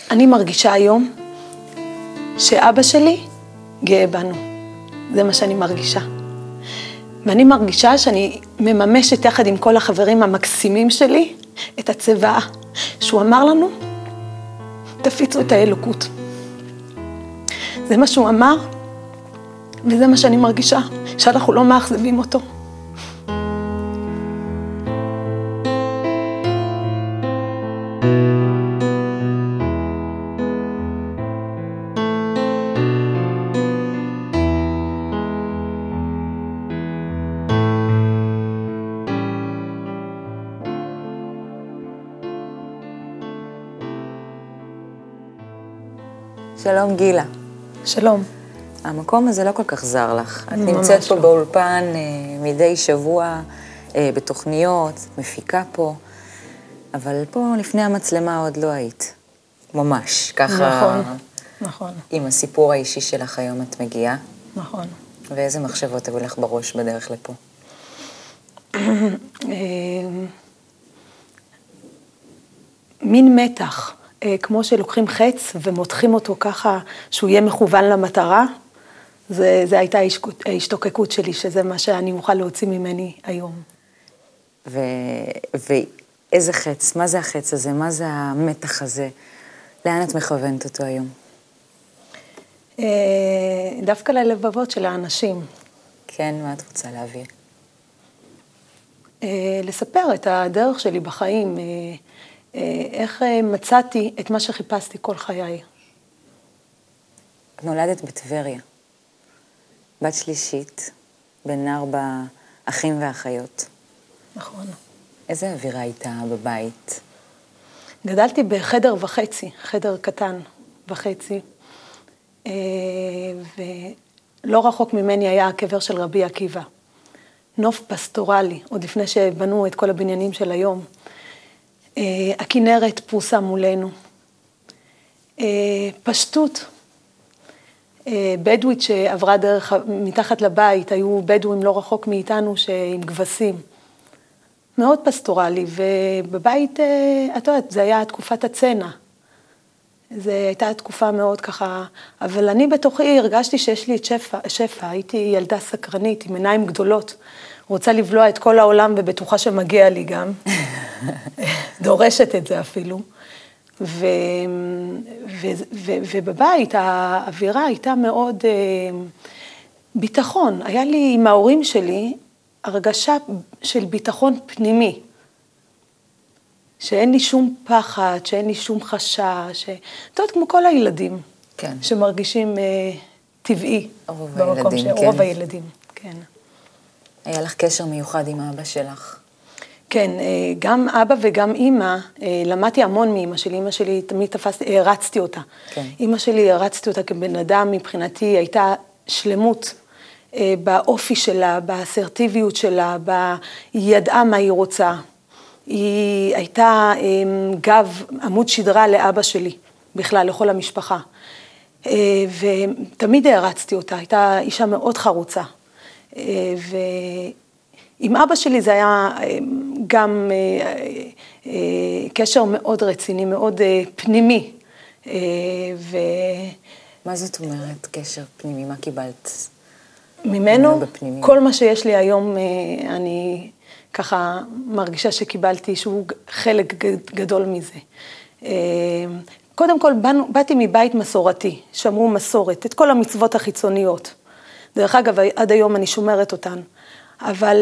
אני מרגישה היום שאבא שלי גאה בנו. זה מה שאני מרגישה. ואני מרגישה שאני מממשת יחד עם כל החברים המקסימים שלי את הצבעה שהוא אמר לנו, תפיצו את האלוקות. זה מה שהוא אמר, וזה מה שאני מרגישה, שאנחנו לא מאכזבים אותו. שלום גילה. שלום. המקום הזה לא כל כך זר לך. את נמצאת פה באולפן מדי שבוע בתוכניות, מפיקה פה, אבל פה לפני המצלמה עוד לא היית. ממש, ככה. נכון. עם הסיפור האישי שלך היום את מגיעה. נכון. ואיזה מחשבות היו לך בראש בדרך לפה? מין מתח. כמו שלוקחים חץ ומותחים אותו ככה שהוא יהיה מכוון למטרה, זה הייתה ההשתוקקות שלי, שזה מה שאני אוכל להוציא ממני היום. ואיזה חץ? מה זה החץ הזה? מה זה המתח הזה? לאן את מכוונת אותו היום? דווקא ללבבות של האנשים. כן, מה את רוצה להביא? לספר את הדרך שלי בחיים, איך מצאתי את מה שחיפשתי כל חיי. את נולדת בטבריה, בת שלישית, בין 4 אחים ואחיות. נכון. איזה אווירה הייתה בבית? גדלתי בחדר וחצי, חדר קטן וחצי, ולא רחוק ממני היה הקבר של רבי עקיבא. נוף פסטורלי, עוד לפני שבנו את כל הבניינים של היום. הכנרת פרוסה מולנו. פשטות. בדואית שעברה דרך מתחת לבית, היו בדואים לא רחוק מאיתנו עם גבסים. מאוד פסטורלי, ובבית, את יודעת, זה היה תקופת הצנע. זו הייתה תקופה מאוד ככה, אבל אני בתוכי הרגשתי שיש לי את שפע, הייתי ילדה סקרנית עם עיניים גדולות, רוצה לבלוע את כל העולם ובטוחה שמגיע לי גם, דורשת את זה אפילו, ובבית האווירה הייתה מאוד ביטחון, היה לי עם ההורים שלי הרגשה של ביטחון פנימי, שאין לי שום פחד, שאין לי שום חשש, אתה יודעת, כמו כל הילדים, כן. שמרגישים טבעי. רוב הילדים, כן. היה לך קשר מיוחד עם אבא שלך? כן, גם אבא וגם אמא, למדתי המון מאמא שלי, אמא שלי תמיד הרצתי אותה. כן. אמא שלי הרצתי אותה כבן אדם, מבחינתי הייתה שלמות באופי שלה, באסרטיביות שלה, היא ידעה מה היא רוצה. היא הייתה גב, עמוד שדרה לאבא שלי, בכלל, לכל המשפחה. ותמיד הרצתי אותה, הייתה אישה מאוד חרוצה. ועם אבא שלי זה היה גם קשר מאוד רציני, מאוד פנימי. מה זאת אומרת, קשר פנימי? מה קיבלת? ממנו, כל מה שיש לי היום, אני ככה מרגישה שקיבלתי שהוא חלק גדול מזה. קודם כל, באתי מבית מסורתי, שמרו מסורת, את כל המצוות החיצוניות. דרך אגב, עד היום אני שומרת אותן. אבל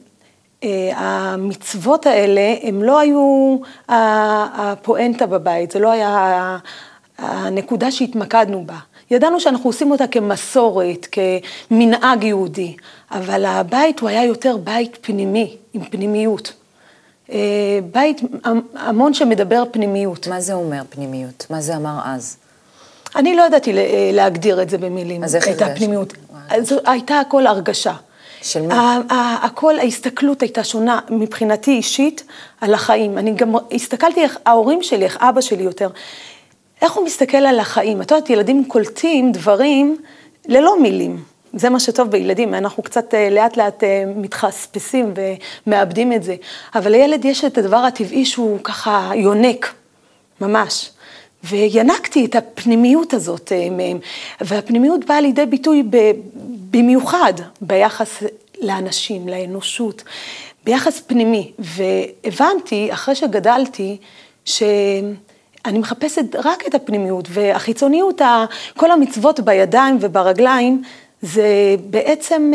המצוות האלה, הם לא היו הפואנטה בבית, זה לא היה הנקודה שהתמקדנו בה. ידענו שאנחנו עושים אותה כמסורת, כמנהג יהודי, אבל הבית הוא היה יותר בית פנימי, עם פנימיות. בית המון שמדבר פנימיות. מה זה אומר פנימיות? מה זה אמר אז? אני לא ידעתי להגדיר את זה במילים, אז איך את הפנימיות. אז הייתה הכל הרגשה. של מה? הכל, ההסתכלות הייתה שונה מבחינתי אישית על החיים. אני גם הסתכלתי איך ההורים שלי, איך אבא שלי יותר, איך הוא מסתכל על החיים. את יודעת, ילדים קולטים דברים ללא מילים. זה מה שטוב בילדים, אנחנו קצת לאט לאט מתחספסים ומאבדים את זה. אבל לילד יש את הדבר הטבעי שהוא ככה יונק, ממש. וינקתי את הפנימיות הזאת מהם, והפנימיות באה לידי ביטוי במיוחד ביחס לאנשים, לאנושות, ביחס פנימי, והבנתי אחרי שגדלתי שאני מחפשת רק את הפנימיות, והחיצוניות, כל המצוות בידיים וברגליים, זה בעצם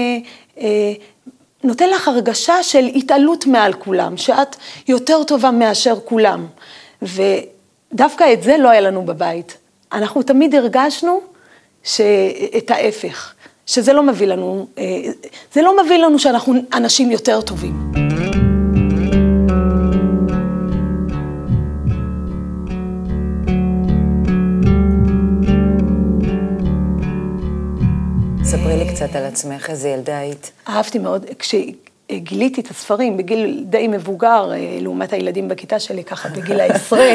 נותן לך הרגשה של התעלות מעל כולם, שאת יותר טובה מאשר כולם, ודווקא את זה לא היה לנו בבית. אנחנו תמיד הרגשנו את ההפך, שזה לא מביא לנו, זה לא מביא לנו שאנחנו אנשים יותר טובים. ספרי לי קצת על עצמך, איזה ילדה היית. אהבתי מאוד, כשגיליתי את הספרים בגיל די מבוגר, לעומת הילדים בכיתה שלי, ככה בגיל העשרה,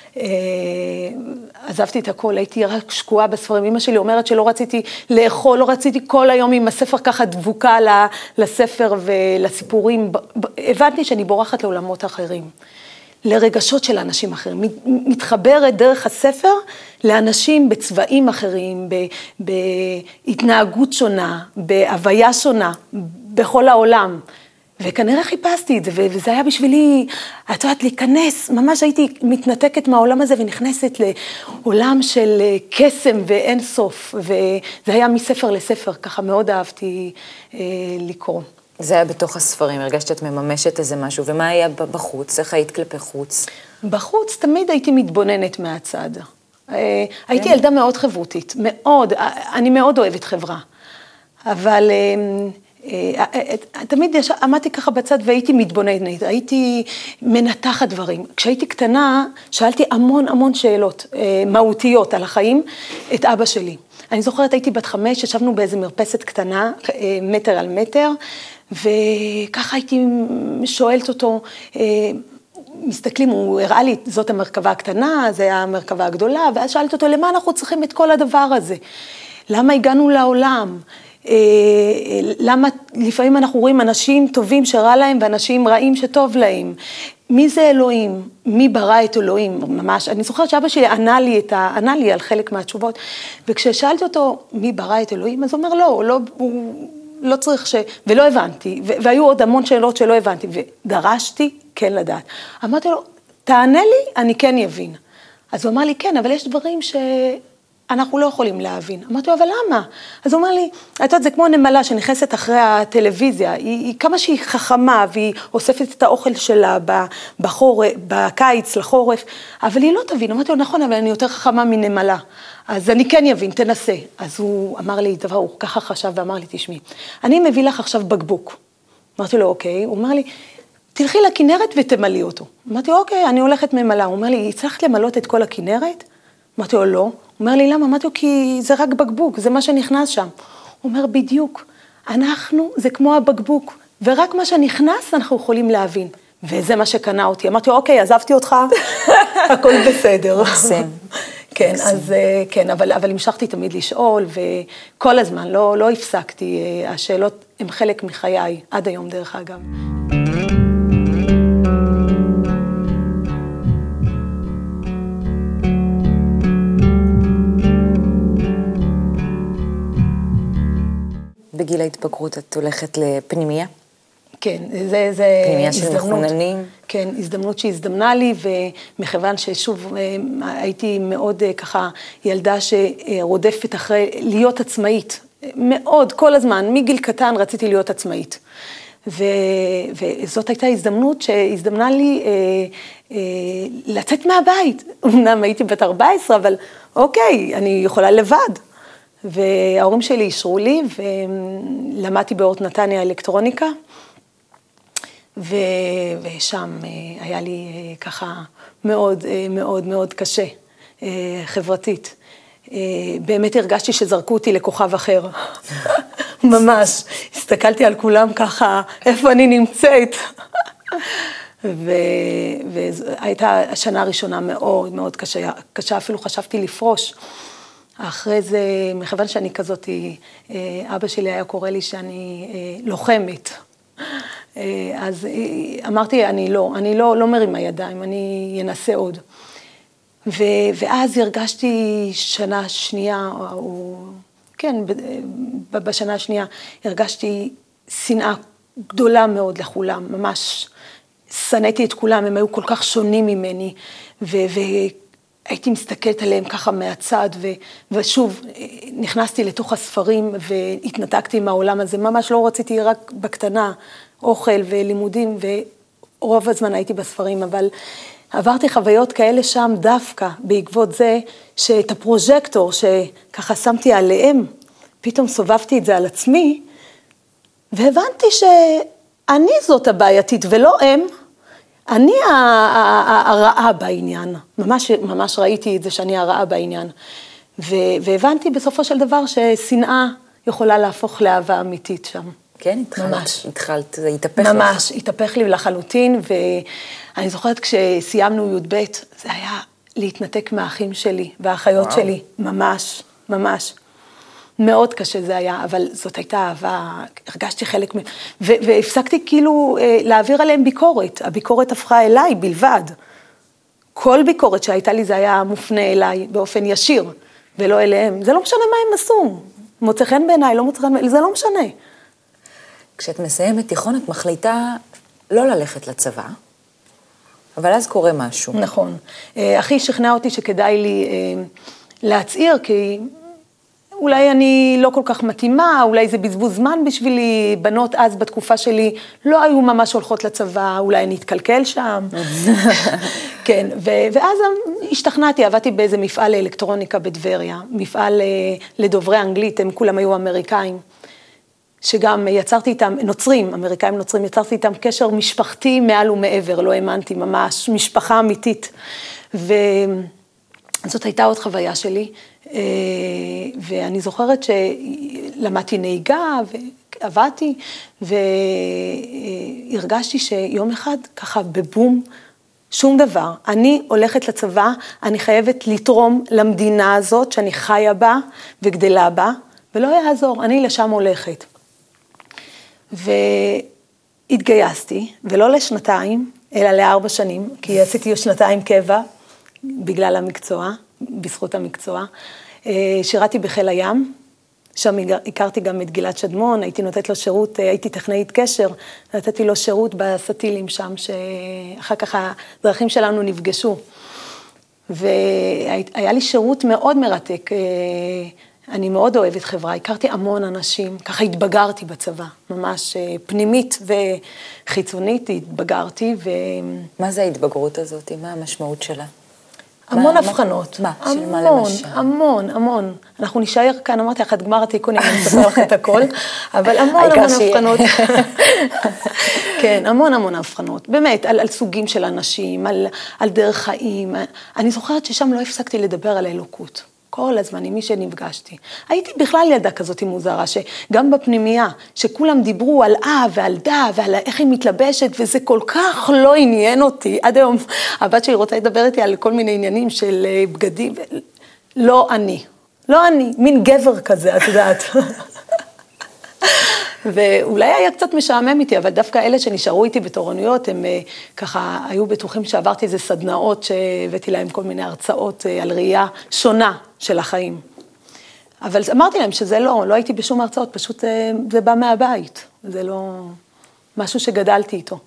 עזבתי את הכל, הייתי רק שקועה בספרים. אמא שלי אומרת שלא רציתי לאכול, לא רציתי כל היום עם הספר ככה דבוקה לספר ולסיפורים. הבנתי שאני בורחת לעולמות אחרים, לרגשות של אנשים אחרים, מתחברת דרך הספר לאנשים בצבעים אחרים, בהתנהגות שונה, בהוויה שונה, בכל העולם. וכנראה חיפשתי את זה, וזה היה בשבילי, את יודעת, להיכנס, ממש הייתי מתנתקת מהעולם הזה ונכנסת לעולם של קסם ואין סוף, וזה היה מספר לספר, ככה מאוד אהבתי לקרוא. זה היה בתוך הספרים, הרגשת את מממשת איזה משהו, ומה היה בחוץ? איך היית כלפי חוץ? בחוץ תמיד הייתי מתבוננת מהצד. הייתי ילדה מאוד חברותית, מאוד, אני מאוד אוהבת חברה, אבל תמיד עמדתי ככה בצד והייתי מתבוננת, הייתי מנתחת דברים. כשהייתי קטנה, שאלתי המון שאלות מהותיות על החיים, את אבא שלי. אני זוכרת, הייתי בת 5, ישבנו באיזה מרפסת קטנה, מטר על מטר, וככה הייתי שואלת אותו, מסתכלים, הוא הראה לי, זאת המרכבה הקטנה, זה המרכבה הגדולה, ואז שאלת אותו, למה אנחנו צריכים את כל הדבר הזה? למה הגענו לעולם? למה לפעמים אנחנו רואים אנשים טובים שרע להם, ואנשים רעים שטוב להם? מי זה אלוהים? מי ברא את אלוהים? ממש, אני זוכרת שאבא שלי ענה לי על חלק מהתשובות, וכששאלתי אותו, מי ברא את אלוהים? אז הוא אומר, הוא לא צריך ולא הבנתי, והיו עוד המון שאלות שלא הבנתי, ודרשתי כן לדעת. אמרתי לו, תענה לי, אני כן יבין. אז הוא אמר לי, כן, אבל יש דברים שאנחנו לא יכולים להבין. אמרתי לו, אבל למה? אז הוא אמר לי, את יודעת, זה כמו נמלה שנכנסת אחרי הטלוויזיה, היא כמה שהיא חכמה, והיא אוספת את האוכל שלה בקיץ לחורף, אבל היא לא תבין. אמרתי לו, נכון, אבל אני יותר חכמה מנמלה. אז אני כן יבין, תנסה. אז הוא אמר לי דבר, הוא ככה חשב ואמר לי, תשמעי, אני מביא לך עכשיו בקבוק. אמרתי לו, אוקיי. הוא אמר לי, תלכי לכנרת ותמלאי אותו. אמרתי לו, אוקיי, אני הולכת ממלאה. הוא אומר לי, הצלחת למלות את כל הכנרת? אמרתי לו, לא. הוא אומר לי, למה? אמרתי לו, כי זה רק בקבוק, זה מה שנכנס שם. הוא אומר, בדיוק, זה כמו הבקבוק, ורק מה שנכנס אנחנו יכולים להבין. וזה מה שקנה אותי. אמרתי לו, אוקיי, עזבתי אותך, הכל בסדר. כן, אז כן, אבל המשכתי תמיד לשאול, וכל הזמן לא הפסקתי. השאלות הן חלק מחיי, עד היום דרך אגב. בגיל ההתבגרות את הולכת לפנימיה? כן, זה פנימיה של מחוננים. כן, הזדמנות שהזדמנה לי, ומכיוון ששוב הייתי מאוד ככה ילדה שרודפת אחרי להיות עצמאית, מאוד, כל הזמן, מגיל קטן רציתי להיות עצמאית. וזאת הייתה הזדמנות שהזדמנה לי לצאת מהבית. אמנם הייתי בת 14, אבל אוקיי, אני יכולה לבד. וההורים שלי אישרו לי, ולמדתי באורט נתניה אלקטרוניקה, ושם היה לי ככה מאוד מאוד מאוד קשה, חברתית. באמת הרגשתי שזרקו אותי לכוכב אחר. ממש, הסתכלתי על כולם ככה, איפה אני נמצאת. והייתה השנה הראשונה מאוד מאוד קשה, אפילו חשבתי לפרוש. אחרי זה, מכיוון שאני כזאת, אבא שלי היה קורא לי שאני לוחמת. אז אמרתי, אני לא מרימה ידיים, אני אנסה עוד. ואז הרגשתי שנה שנייה, כן, בשנה השנייה הרגשתי שנאה גדולה מאוד לכולם, ממש שנאתי את כולם, הם היו כל כך שונים ממני, והייתי מסתכלת עליהם ככה מהצד, ושוב, נכנסתי לתוך הספרים והתנתקתי מהעולם הזה, ממש לא רציתי רק בקטנה, אוכל ולימודים, ורוב הזמן הייתי בספרים, אבל עברתי חוויות כאלה שם דווקא, בעקבות זה שאת הפרוז'קטור שככה שמתי עליהם, פתאום סובבתי את זה על עצמי, והבנתי שאני זאת הבעייתית ולא הם, אני הרעה בעניין, ממש ראיתי את זה שאני הרעה בעניין, והבנתי בסופו של דבר ששנאה יכולה להפוך לאהבה אמיתית שם. כן, התחלת, זה התהפך לך. ממש, התהפך לי לחלוטין, ואני זוכרת כשסיימנו י"ב, זה היה להתנתק מהאחים שלי והאחיות שלי, ממש, ממש. מאוד קשה זה היה, אבל זאת הייתה אהבה, הרגשתי חלק והפסקתי כאילו להעביר עליהם ביקורת, הביקורת הפכה אליי בלבד. כל ביקורת שהייתה לי זה היה מופנה אליי באופן ישיר, ולא אליהם. זה לא משנה מה הם עשו, מוצא חן בעיניי, לא מוצא חן בעיניי, זה לא משנה. כשאת מסיימת תיכון, את מחליטה לא ללכת לצבא, אבל אז קורה משהו. נכון. אחי שכנע אותי שכדאי לי להצעיר, כי אולי אני לא כל כך מתאימה, אולי זה בזבוז זמן בשבילי, בנות אז בתקופה שלי לא היו ממש הולכות לצבא, אולי אני אתקלקל שם. כן, ואז השתכנעתי, עבדתי באיזה מפעל לאלקטרוניקה בדבריה, מפעל לדוברי אנגלית, הם כולם היו אמריקאים, שגם יצרתי איתם, נוצרים, אמריקאים נוצרים, יצרתי איתם קשר משפחתי מעל ומעבר, לא האמנתי ממש, משפחה אמיתית. וזאת הייתה עוד חוויה שלי, ואני זוכרת שלמדתי נהיגה ועבדתי, והרגשתי שיום אחד ככה בבום, שום דבר. אני הולכת לצבא, אני חייבת לתרום למדינה הזאת שאני חיה בה וגדלה בה, ולא יעזור, אני לשם הולכת. והתגייסתי, ולא לשנתיים, אלא ל4 שנים, כי עשיתי 2 קבע, בגלל המקצוע, בזכות המקצוע. שירתי בחיל הים, שם הכרתי גם את גלעד שדמון, הייתי נותנת לו שירות, הייתי טכנאית קשר, נתתי לו שירות בסטילים שם, שאחר כך הדרכים שלנו נפגשו. והיה לי שירות מאוד מרתק, אני מאוד אוהבת חברה, הכרתי המון אנשים, ככה התבגרתי בצבא, ממש פנימית וחיצונית התבגרתי. מה זה ההתבגרות הזאת? מה המשמעות שלה? המון הבחנות. מה? של מה למשל? המון. אנחנו נשאר כאן, אמרתי לך, את גמר התיקונים, אני אספר לך את הכל, אבל המון הבחנות. כן, המון הבחנות. באמת, על סוגים של אנשים, על דרך חיים. אני זוכרת ששם לא הפסקתי לדבר על אלוקות. כל הזמן, עם מי שנפגשתי. הייתי בכלל ילדה כזאת מוזרה, שגם בפנימייה, שכולם דיברו על ועל ועל איך היא מתלבשת, וזה כל כך לא עניין אותי. עד היום, הבת שלי רוצה לדבר איתי על כל מיני עניינים של בגדים, לא אני, מין גבר כזה, את יודעת. ואולי היה קצת משעמם איתי, אבל דווקא אלה שנשארו איתי בתורנויות, הם ככה היו בטוחים שעברתי איזה סדנאות, שהבאתי להם כל מיני הרצאות על ראייה שונה של החיים. אבל אמרתי להם שזה לא הייתי בשום הרצאות, פשוט זה בא מהבית, זה לא משהו שגדלתי איתו.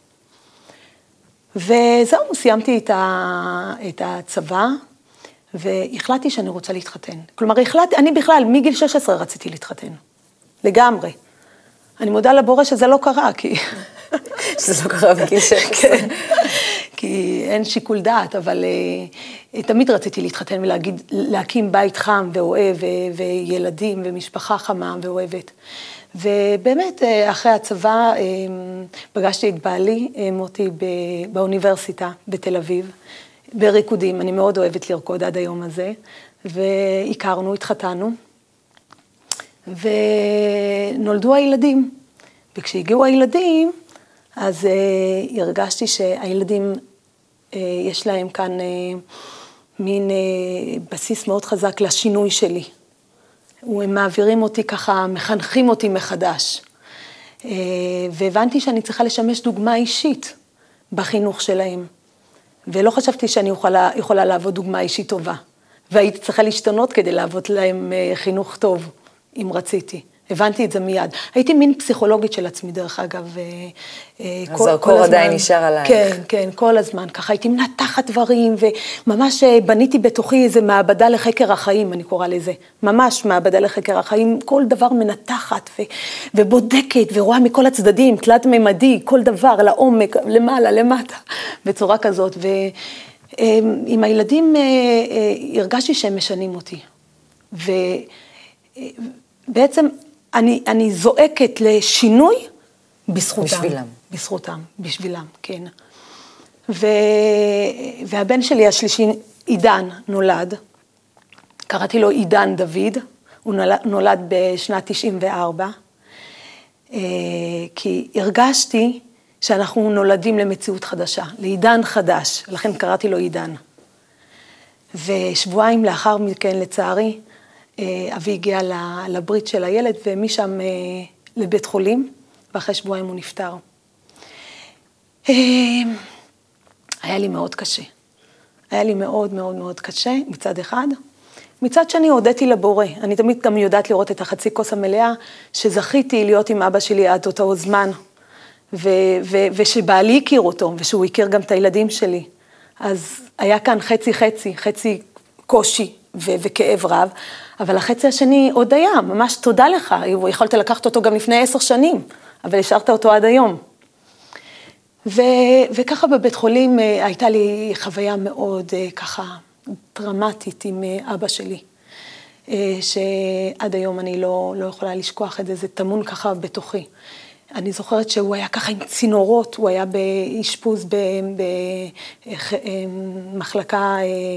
וזהו, סיימתי את הצבא, והחלטתי שאני רוצה להתחתן. כלומר, אני בכלל, מגיל 16 רציתי להתחתן, לגמרי. אני מודה לבורא שזה לא קרה, כי... שזה לא קרה בגיל 16. כן, כי אין שיקול דעת, אבל תמיד רציתי להתחתן ולהקים בית חם ואוהב, וילדים ומשפחה חמה ואוהבת. ובאמת, אחרי הצבא, פגשתי את בעלי, מוטי, באוניברסיטה בתל אביב, בריקודים, אני מאוד אוהבת לרקוד עד היום הזה, והכרנו, התחתנו. ונולדו הילדים, וכשהגיעו הילדים, אז הרגשתי שהילדים, יש להם כאן מין בסיס מאוד חזק לשינוי שלי. הם מעבירים אותי ככה, מחנכים אותי מחדש. והבנתי שאני צריכה לשמש דוגמה אישית בחינוך שלהם. ולא חשבתי שאני יכולה לעבוד דוגמה אישית טובה. והייתי צריכה להשתנות כדי לעבוד להם חינוך טוב, אם רציתי. הבנתי את זה מיד. הייתי מין פסיכולוגית של עצמי, דרך אגב. אז הזרקור עדיין נשאר עלייך. כן, כן, כל הזמן. ככה הייתי מנתחת דברים, וממש בניתי בתוכי איזו מעבדה לחקר החיים, אני קוראה לזה. ממש מעבדה לחקר החיים, כל דבר מנתחת ובודקת, ורואה מכל הצדדים, תלת ממדי, כל דבר, לעומק, למעלה, למטה, בצורה כזאת. ועם הילדים הרגשתי שהם משנים אותי. ובעצם אני זועקת לשינוי בזכותם. בשבילם. בזכותם, בשבילם, כן. והבן שלי השלישי, עידן, נולד. קראתי לו עידן דוד, הוא נולד בשנת 94, כי הרגשתי שאנחנו נולדים למציאות חדשה, לעידן חדש, לכן קראתי לו עידן. ושבועיים לאחר מכן, לצערי, אבי הגיע לברית של הילד, ומשם לבית חולים, ואחרי שבועיים הוא נפטר. היה לי מאוד קשה. היה לי מאוד מאוד מאוד קשה, מצד אחד. מצד שני, הודיתי לבורא. אני תמיד גם יודעת לראות את החצי כוס המלאה, שזכיתי להיות עם אבא שלי עד אותו זמן, ושבעלי הכיר אותו, ושהוא הכיר גם את הילדים שלי. אז היה כאן חצי קושי וכאב רב, אבל החצי השני עוד היה, ממש תודה לך, יכולת לקחת אותו גם לפני 10 שנים, אבל השארת אותו עד היום. וככה בבית חולים הייתה לי חוויה מאוד ככה דרמטית עם אבא שלי, שעד היום אני לא יכולה לשכוח את זה, זה טמון ככה בתוכי. אני זוכרת שהוא היה ככה עם צינורות, הוא היה באשפוז במחלקה,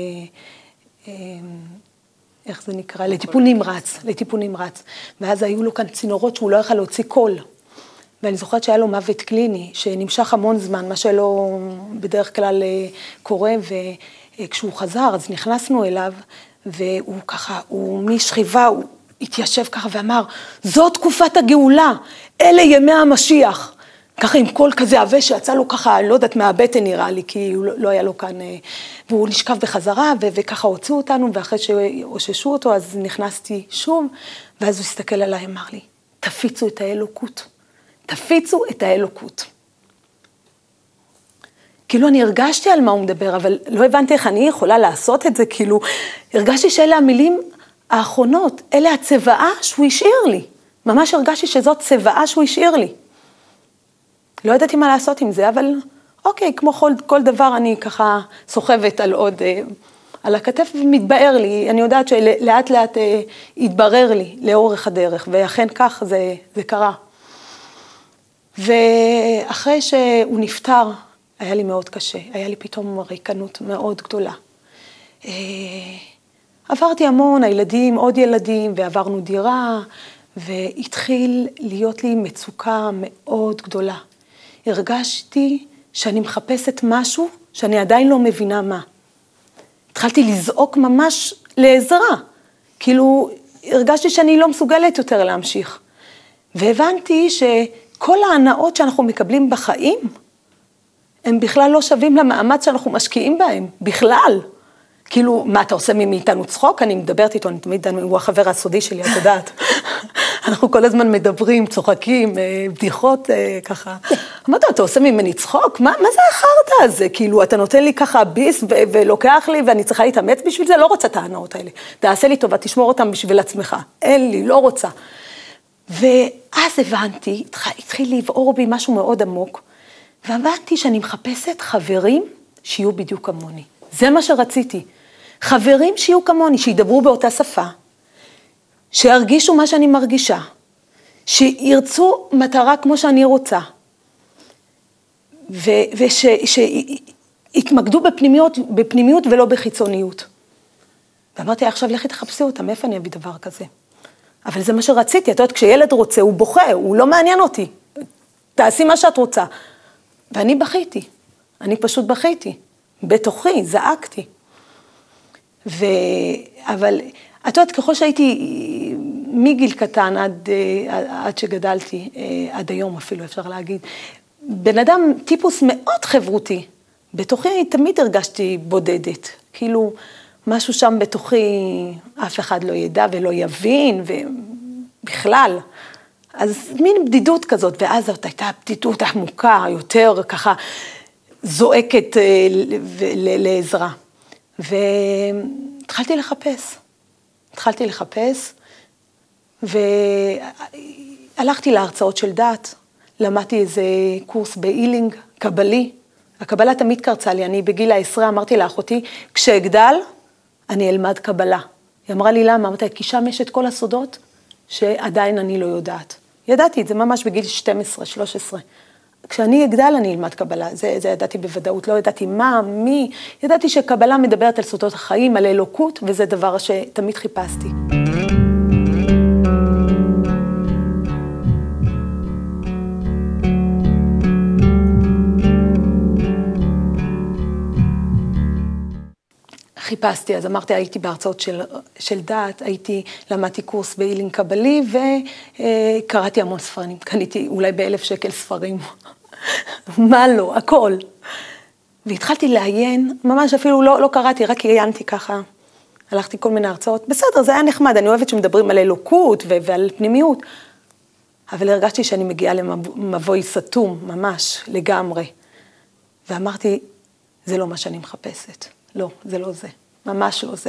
איך זה נקרא? לטיפול נמרץ. ואז היו לו כאן צינורות שהוא לא יכל להוציא קול. ואני זוכרת שהיה לו מוות קליני, שנמשך המון זמן, מה שלא בדרך כלל קורה, וכשהוא חזר, אז נכנסנו אליו, והוא ככה, הוא משכיבה, הוא התיישב ככה ואמר, זו תקופת הגאולה, אלה ימי המשיח. ככה עם קול כזה עבה שיצא לו ככה, לא יודעת מהבטן נראה לי, כי הוא לא היה לו כאן, והוא נשכב בחזרה, וככה הוציאו אותנו, ואחרי שהוששו אותו, אז נכנסתי שוב, ואז הוא הסתכל עליי, אמר לי, תפיצו את האלוקות. תפיצו את האלוקות. כאילו אני הרגשתי על מה הוא מדבר, אבל לא הבנתי איך אני יכולה לעשות את זה, כאילו הרגשתי שאלה המילים האחרונות, אלה הצבעה שהוא השאיר לי. ממש הרגשתי שזאת צבעה שהוא השאיר לי. לא ידעתי מה לעשות עם זה, אבל אוקיי, כמו כל דבר אני ככה סוחבת על עוד, על הכתף ומתבאר לי, אני יודעת שלאט לאט יתברר לי לאורך הדרך, ואכן כך זה קרה. ואחרי שהוא נפטר, היה לי מאוד קשה, היה לי פתאום ריקנות מאוד גדולה. עברתי המון, הילדים, עוד ילדים, ועברנו דירה, והתחיל להיות לי מצוקה מאוד גדולה. הרגשתי שאני מחפשת משהו שאני עדיין לא מבינה מה. התחלתי לזעוק ממש לעזרה, כאילו הרגשתי שאני לא מסוגלת יותר להמשיך. והבנתי כל ההנאות שאנחנו מקבלים בחיים, הם בכלל לא שווים למאמץ שאנחנו משקיעים בהם, בכלל. כאילו, מה אתה עושה מאיתנו צחוק? אני מדברת איתו, אני תמיד, הוא החבר הסודי שלי, את יודעת. אנחנו כל הזמן מדברים, צוחקים, בדיחות ככה. אמרת, אתה עושה ממני צחוק? מה זה החרטא הזה? כאילו, אתה נותן לי ככה ביס ולוקח לי, ואני צריכה להתאמץ בשביל זה, לא רוצה את ההנאות האלה. תעשה לי טובה, תשמור אותם בשביל עצמך. אין לי, לא רוצה. ואז הבנתי, התחיל לבעור בי משהו מאוד עמוק, והבנתי שאני מחפשת חברים שיהיו בדיוק כמוני. זה מה שרציתי. חברים שיהיו כמוני, שידברו באותה שפה, שירגישו מה שאני מרגישה, שירצו מטרה כמו שאני רוצה, ושיתמקדו בפנימיות ולא בחיצוניות. ואמרתי, עכשיו לכי תחפשי אותם, איפה אני אביא דבר כזה? אבל זה מה שרציתי, את יודעת, כשילד רוצה, הוא בוכה, הוא לא מעניין אותי. תעשי מה שאת רוצה. ואני בכיתי, אני פשוט בכיתי. בתוכי, זעקתי. אבל את יודעת, ככל שהייתי מגיל קטן עד שגדלתי, עד היום אפילו אפשר להגיד, בן אדם טיפוס מאוד חברותי, בתוכי תמיד הרגשתי בודדת, כאילו משהו שם בתוכי אף אחד לא ידע ולא יבין, ובכלל. אז מין בדידות כזאת, ואז זאת הייתה בדידות עמוקה, יותר ככה זועקת לעזרה. והתחלתי לחפש, והלכתי להרצאות של דת, למדתי איזה קורס באילינג, קבלי. הקבלה תמיד קרצה לי, אני בגיל ה-10 אמרתי לאחותי, כשאגדל, אני אלמד קבלה. היא אמרה לי למה? אמרתי, כי שם יש את כל הסודות שעדיין אני לא יודעת. ידעתי את זה ממש בגיל 12, 13. כשאני אגדל, אני אלמד קבלה. זה ידעתי בוודאות, לא ידעתי מה, מי. ידעתי שקבלה מדברת על סודות החיים, על אלוקות, וזה דבר שתמיד חיפשתי. חיפשתי, אז אמרתי, הייתי בהרצאות של דת, למדתי קורס באילינג קבלי, וקראתי המון ספרים, קניתי אולי ב1,000 שקל ספרים, מה לא, הכל. והתחלתי לעיין, ממש אפילו לא קראתי, רק עיינתי ככה, הלכתי כל מיני הרצאות, בסדר, זה היה נחמד, אני אוהבת שמדברים על אלוקות ועל פנימיות, אבל הרגשתי שאני מגיעה למבוי סתום, ממש, לגמרי. ואמרתי, זה לא מה שאני מחפשת. לא, זה לא זה, ממש לא זה.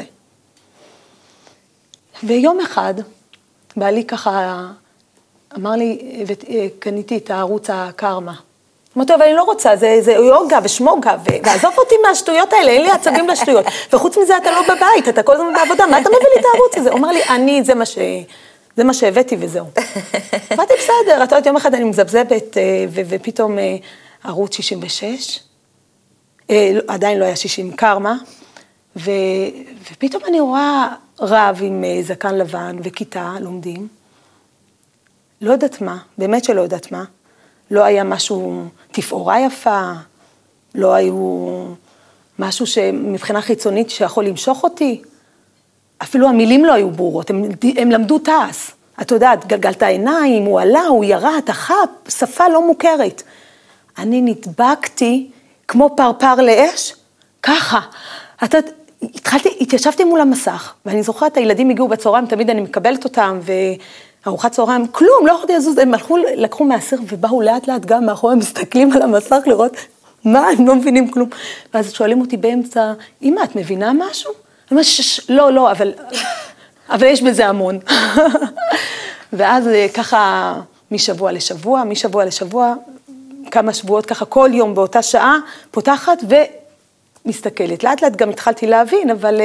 ויום אחד, בעלי ככה אמר לי, וקניתי את הערוץ הקרמה. אמרתי, אבל אני לא רוצה, זה יוגה ושמוגה, ועזוב אותי מהשטויות האלה, אין לי עצבים לשטויות. וחוץ מזה אתה לא בבית, אתה כל הזמן בעבודה, מה אתה מביא לי את הערוץ הזה? הוא אומר לי, זה מה שהבאתי וזהו. אמרתי, בסדר, אתה יודעת, יום אחד אני מזבזבת, ופתאום ערוץ 66, עדיין לא היה 60 קרמה, ופתאום אני רואה רב עם זקן לבן וכיתה לומדים, לא יודעת מה, באמת שלא יודעת מה, לא היה משהו, תפאורה יפה, לא היו משהו שמבחינה חיצונית שיכול למשוך אותי, אפילו המילים לא היו ברורות, הם למדו טס, את יודעת, גלגלת העיניים, הוא עלה, הוא ירד, החפ, שפה לא מוכרת. אני נדבקתי כמו פרפר לאש, ככה. התיישבתי מול המסך, ואני זוכרת, הילדים הגיעו בצהריים, תמיד אני מקבלת אותם, וארוחת צהריים, כלום, לא יכולתי לזוז, הם לקחו מהסיר, ובאו לאט לאט גם מאחורי, מסתכלים על המסך לראות, מה, הם לא מבינים כלום. ואז שואלים אותי באמצע, אמא, את מבינה משהו? אני אומרת, לא, אבל יש בזה המון. ואז ככה, משבוע לשבוע, כמה שבועות ככה, כל יום באותה שעה, פותחת ומסתכלת. לאט לאט גם התחלתי להבין, אבל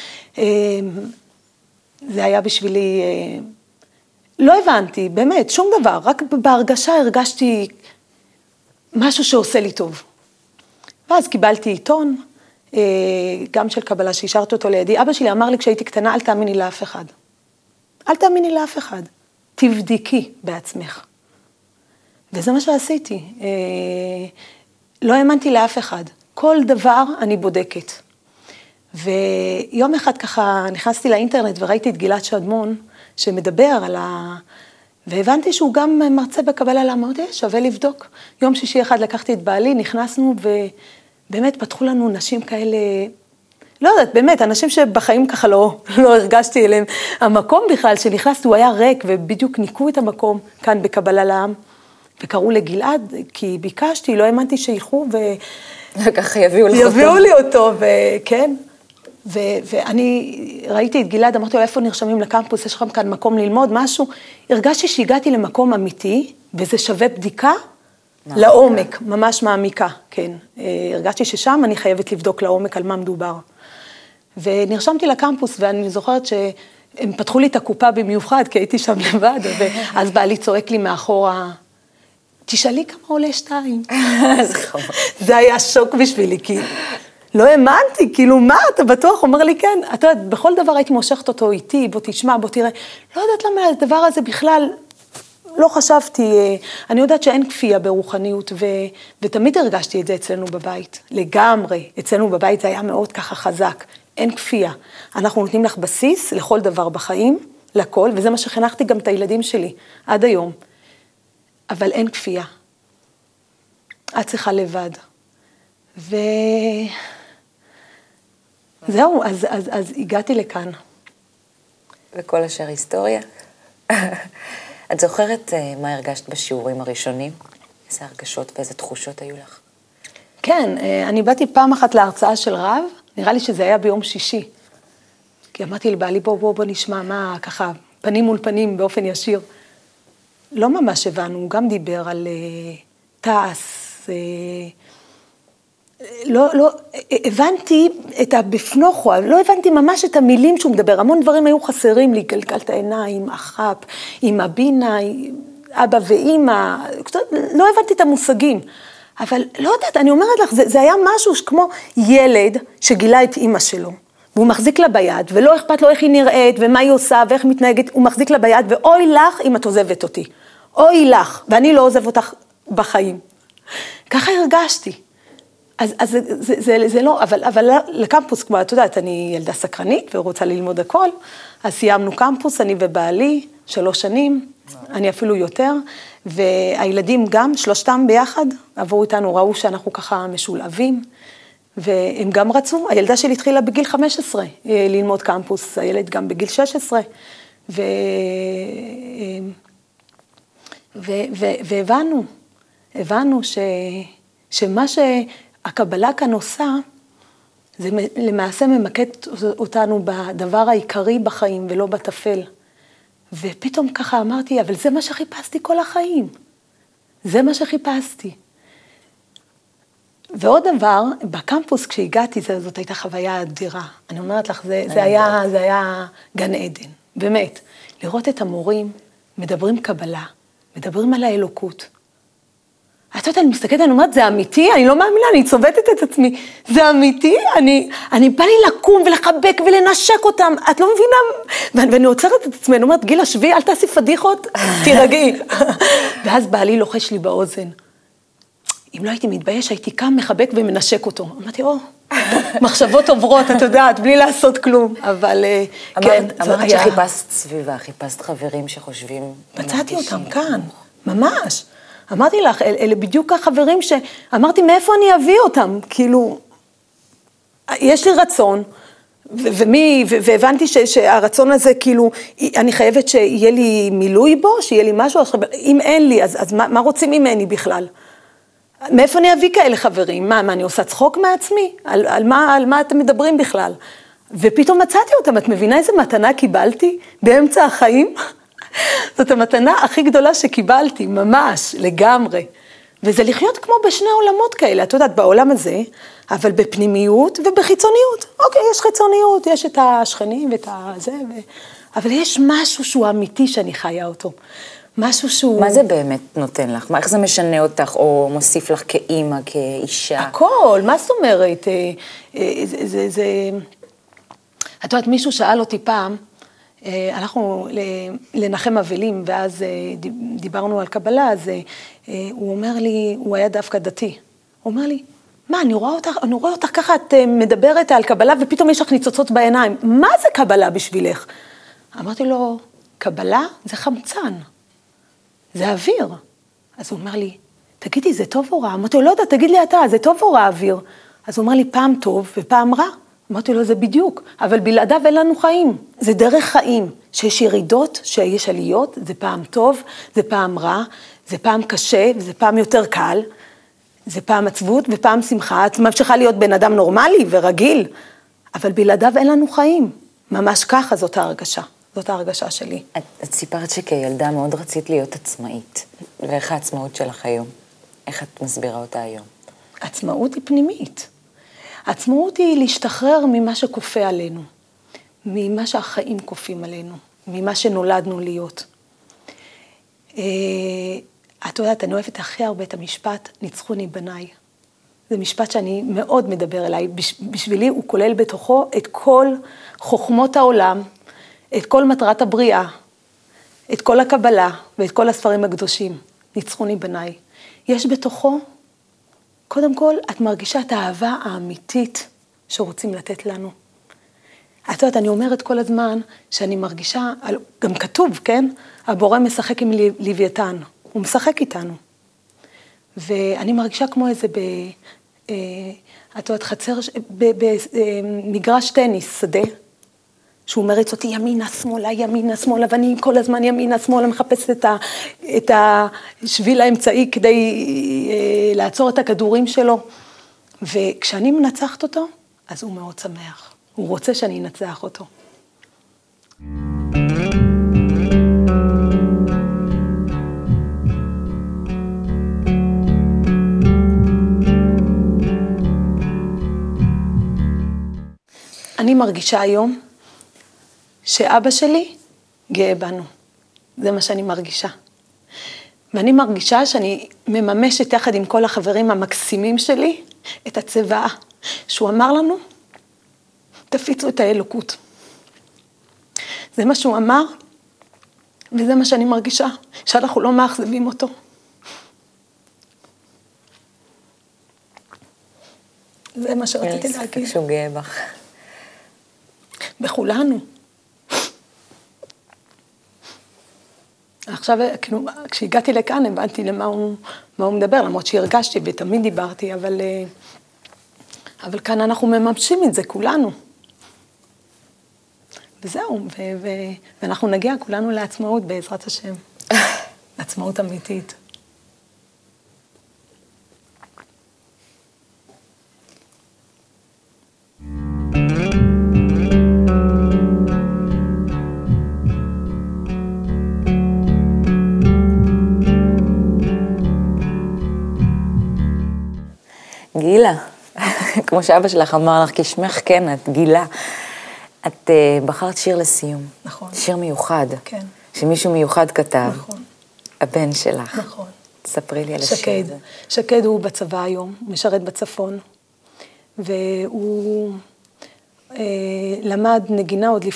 זה היה בשבילי, לא הבנתי, באמת, שום דבר, רק בהרגשה הרגשתי משהו שעושה לי טוב. ואז קיבלתי עיתון, גם של קבלה שהשארתי אותו לידי. אבא שלי אמר לי כשהייתי קטנה, אל תאמיני לאף אחד. אל תאמיני לאף אחד. תבדקי בעצמך. וזה מה שעשיתי. לא האמנתי לאף אחד. כל דבר אני בודקת. ויום אחד ככה נכנסתי לאינטרנט וראיתי את גלעד שדמון, שמדבר על והבנתי שהוא גם מרצה בקבלה לעמוד, שווה לבדוק. יום שישי אחד לקחתי את בעלי, נכנסנו ובאמת פתחו לנו נשים כאלה, לא יודעת, באמת, אנשים שבחיים ככה לא הרגשתי אליהם. המקום בכלל שנכנסתי הוא היה ריק ובדיוק ניקו את המקום כאן בקבלה לעם. וקראו לגלעד, כי ביקשתי, לא האמנתי שילכו וככה יביאו לי אותו, וכן. ואני ראיתי את גלעד, אמרתי לו, איפה נרשמים לקמפוס, יש לכם כאן מקום ללמוד משהו. הרגשתי שהגעתי למקום אמיתי, וזה שווה בדיקה לעומק, ממש מעמיקה, כן. הרגשתי ששם אני חייבת לבדוק לעומק על מה מדובר. ונרשמתי לקמפוס, ואני זוכרת שהם פתחו לי את הקופה במיוחד, כי הייתי שם לבד, ואז בעלי צועק לי מאחורה, תשאלי כמה עולה 2. זה היה שוק בשבילי, כי לא האמנתי, כאילו מה, אתה בטוח? אומר לי כן, אתה יודעת, בכל דבר הייתי מושכת אותו איתי, בוא תשמע, בוא תראה, לא יודעת למה הדבר הזה בכלל, לא חשבתי, אני יודעת שאין כפייה ברוחניות, ותמיד הרגשתי את זה אצלנו בבית, לגמרי, אצלנו בבית זה היה מאוד ככה חזק, אין כפייה, אנחנו נותנים לך בסיס לכל דבר בחיים, לכל, וזה מה שחינכתי גם את הילדים שלי, עד היום. אבל אין כפייה. את צריכה לבד. וזהו, אז הגעתי לכאן. וכל השאר היסטוריה. את זוכרת מה הרגשת בשיעורים הראשונים? איזה הרגשות ואיזה תחושות היו לך? כן, אני באתי פעם אחת להרצאה של רב, נראה לי שזה היה ביום שישי. כי אמרתי לבעלי, בוא נשמע מה ככה, פנים מול פנים באופן ישיר. לא ממש הבנו, הוא גם דיבר על תעש, לא, הבנתי את הבפנוכו, לא הבנתי ממש את המילים שהוא מדבר, המון דברים היו חסרים לי, גלגל את העיניים, אחאפ, אמא בינה, אבא ואמא, לא הבנתי את המושגים, אבל לא יודעת, אני אומרת לך, זה היה משהו כמו ילד שגילה את אמא שלו, והוא מחזיק לה ביד, ולא אכפת לו איך היא נראית, ומה היא עושה, ואיך מתנהגת, הוא מחזיק לה ביד, ואוי לך אם את עוזבת אותי, אוי לך, ואני לא עוזב אותך בחיים. ככה הרגשתי. אז זה לא, אבל לקמפוס, כמו את יודעת, אני ילדה סקרנית ורוצה ללמוד הכל, אז סיימנו קמפוס, אני ובעלי, 3 שנים, אני אפילו יותר, והילדים גם, 3 ביחד, עברו איתנו, ראו שאנחנו ככה משולבים, והם גם רצו, הילדה שלי התחילה בגיל 15 ללמוד קמפוס, הילד גם בגיל 16, והבנו שמה שהקבלה כאן עושה, זה למעשה ממקד אותנו בדבר העיקרי בחיים ולא בטפל. ופתאום ככה אמרתי, אבל זה מה שחיפשתי כל החיים. זה מה שחיפשתי. ועוד דבר, בקמפוס כשהגעתי, זאת הייתה חוויה אדירה. אני אומרת לך, זה היה גן עדן, באמת. לראות את המורים, מדברים קבלה, מדברים על האלוקות. את יודעת, אני מסתכלת, אני אומרת, זה אמיתי? אני לא מאמינה, אני צובטת את עצמי. זה אמיתי? אני בא לי לקום ולחבק ולנשק אותם. את לא מבינה? ואני עוצרת את עצמי, אני אומרת, גיל שבי, אל תעשי פדיחות, תירגעי. ואז בעלי לוחש לי באוזן. אם לא הייתי מתבייש, הייתי קם, מחבק ומנשק אותו. אמרתי, מחשבות עוברות, את יודעת, בלי לעשות כלום. אבל כן. אמרת שחיפשת סביבה, חיפשת חברים שחושבים... מצאתי אותם כאן, ממש. אמרתי לך, אלה בדיוק החברים שאמרתי, מאיפה אני אביא אותם? כאילו, יש לי רצון, והבנתי שהרצון הזה, כאילו, אני חייבת שיהיה לי מילוי בו, שיהיה לי משהו, אם אין לי, אז מה רוצים ממני בכלל? מאיפה אני אביא כאלה חברים? מה, אני עושה צחוק מעצמי? על מה אתם מדברים בכלל? ופתאום מצאתי אותם, את מבינה איזה מתנה קיבלתי באמצע החיים? זאת המתנה הכי גדולה שקיבלתי, ממש, לגמרי. וזה לחיות כמו בשני עולמות כאלה, את יודעת, בעולם הזה, אבל בפנימיות ובחיצוניות. אוקיי, יש חיצוניות, יש את השכנים ואת הזה, אבל יש משהו שהוא אמיתי שאני חיה אותו. משהו שהוא... מה זה באמת נותן לך? איך זה משנה אותך, או מוסיף לך כאימא, כאישה? הכל, מה זאת אומרת? את יודעת, מישהו שאל אותי פעם, הלכנו לנחם אבלים, ואז דיברנו על קבלה, אז הוא אומר לי, הוא היה דווקא דתי, הוא אומר לי, מה, אני רואה אותך ככה, את מדברת על קבלה, ופתאום יש לך ניצוצות בעיניים, מה זה קבלה בשבילך? אמרתי לו, קבלה זה חמצן, זה אוויר. אז הוא אומר לי, תגידי, זה טוב או רע? אמרתי לו, לא יודע, תגיד לי אתה, זה טוב או רע אוויר? אז הוא אומר לי, פעם טוב ופעם רע. אמרתי לו, זה בדיוק, אבל בלעדיו אין לנו חיים. זה דרך חיים, שיש ירידות, שיש עליות, זה פעם טוב, זה פעם רע, זה פעם קשה, וזה פעם יותר קל, זה פעם עצבות ופעם שמחה. את ממשיכה להיות בן אדם נורמלי ורגיל, אבל בלעדיו אין לנו חיים. ממש ככה זאת ההרגשה. זאת ההרגשה שלי. את סיפרת שכילדה מאוד רצית להיות עצמאית. ואיך העצמאות שלך היום? איך את מסבירה אותה היום? עצמאות היא פנימית. עצמאות היא להשתחרר ממה שכופה עלינו, ממה שהחיים כופים עלינו, ממה שנולדנו להיות. את יודעת, אני אוהבת הכי הרבה את המשפט, ניצחוני בניי. זה משפט שאני מאוד מדבר אליי. בשבילי הוא כולל בתוכו את כל חוכמות העולם, את כל מטרת הבריאה, את כל הקבלה ואת כל הספרים הקדושים. ניצחוני בניי. יש בתוכו, קודם כל, את מרגישה את האהבה האמיתית שרוצים לתת לנו. את יודעת, אני אומרת כל הזמן שאני מרגישה, גם כתוב, כן? הבורא משחק עם לוויתן, הוא משחק איתנו. ואני מרגישה כמו איזה את יודעת, חצר, במגרש טניס, שדה, שהוא מריץ אותי ימינה, שמאלה, ואני כל הזמן ימינה, שמאלה, מחפשת את השביל האמצעי כדי לעצור את הכדורים שלו. וכשאני מנצחת אותו, אז הוא מאוד שמח. הוא רוצה שאני אנצח אותו. אני מרגישה היום שאבא שלי גאה בנו. זה מה שאני מרגישה. ואני מרגישה שאני מממשת יחד עם כל החברים המקסימים שלי את הצבעה שהוא אמר לנו, תפיצו את האלוקות. זה מה שהוא אמר, וזה מה שאני מרגישה, שאנחנו לא מאכזבים אותו. זה מה שרציתי להגיד. שהוא גאה בך. בכולנו. עכשיו, כשהגעתי לכאן, הבנתי למה הוא מדבר, למרות שהרגשתי ותמיד דיברתי, אבל כאן אנחנו מממשים את זה, כולנו. וזהו, ואנחנו נגיע כולנו לעצמאות בעזרת השם. עצמאות אמיתית. גילה, כמו שאבא שלך אמר לך, כשמך כן, את גילה. את בחרת שיר לסיום. נכון. שיר מיוחד. כן. שמישהו מיוחד כתב. נכון. הבן שלך. נכון. תספרי לי על השיר הזה. שקד הוא בצבא היום, הוא משרת בצפון, והוא למד נגינה עוד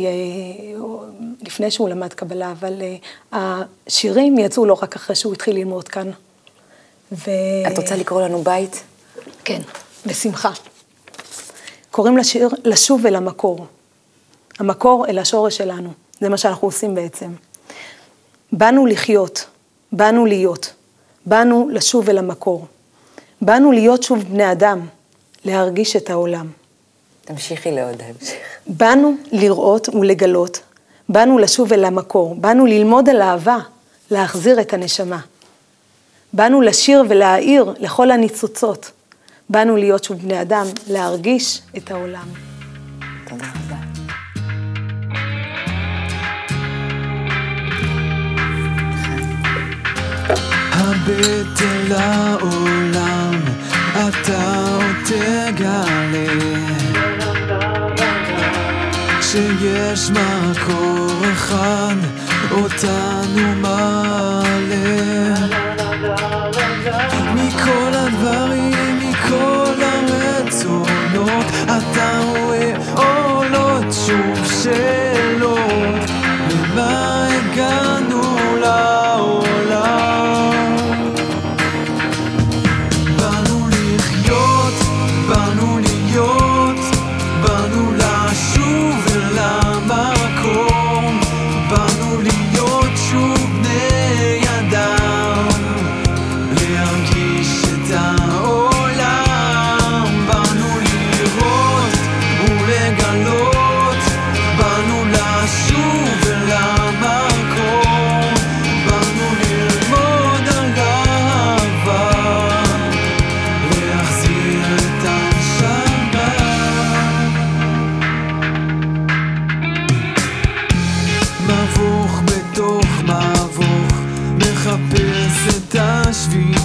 לפני שהוא למד קבלה, אבל השירים יצאו לו רק אחרי שהוא התחיל ללמוד כאן. את רוצה לקרוא לנו בית? כן, בשמחה. קוראים לשיר לשוב אל המקור. המקור אל השורש שלנו. זה מה שאנחנו עושים בעצם. באנו לחיות, באנו להיות, באנו לשוב אל המקור. באנו להיות שוב בני אדם, להרגיש את העולם. תמשיכי לעוד המשך. באנו לראות ולגלות, באנו לשוב אל המקור, באנו ללמוד על אהבה, להחזיר את הנשמה. באנו לשיר ולהעיר לכל הניצוצות. באנו להיות שוב בני אדם, להרגיש את העולם. תודה רבה. הביט אל העולם, אתה עוד תגלה שיש מקור אחד, אותנו מעלה מכל הדברים, מכל הרצונות, אתה רואה עולות שוב שאלות, למה הגענו לעולם? באנו לחיות, באנו להיות, באנו לשוב אל המקום, באנו להיות שוב בני אדם, להרגיש את העולם, באנו לראות ולגלות, באנו לשוב אל המקום, באנו ללמוד על אהבה, להחזיר את הנשמה. מבוך בתוך מבוך, מחפש את השביל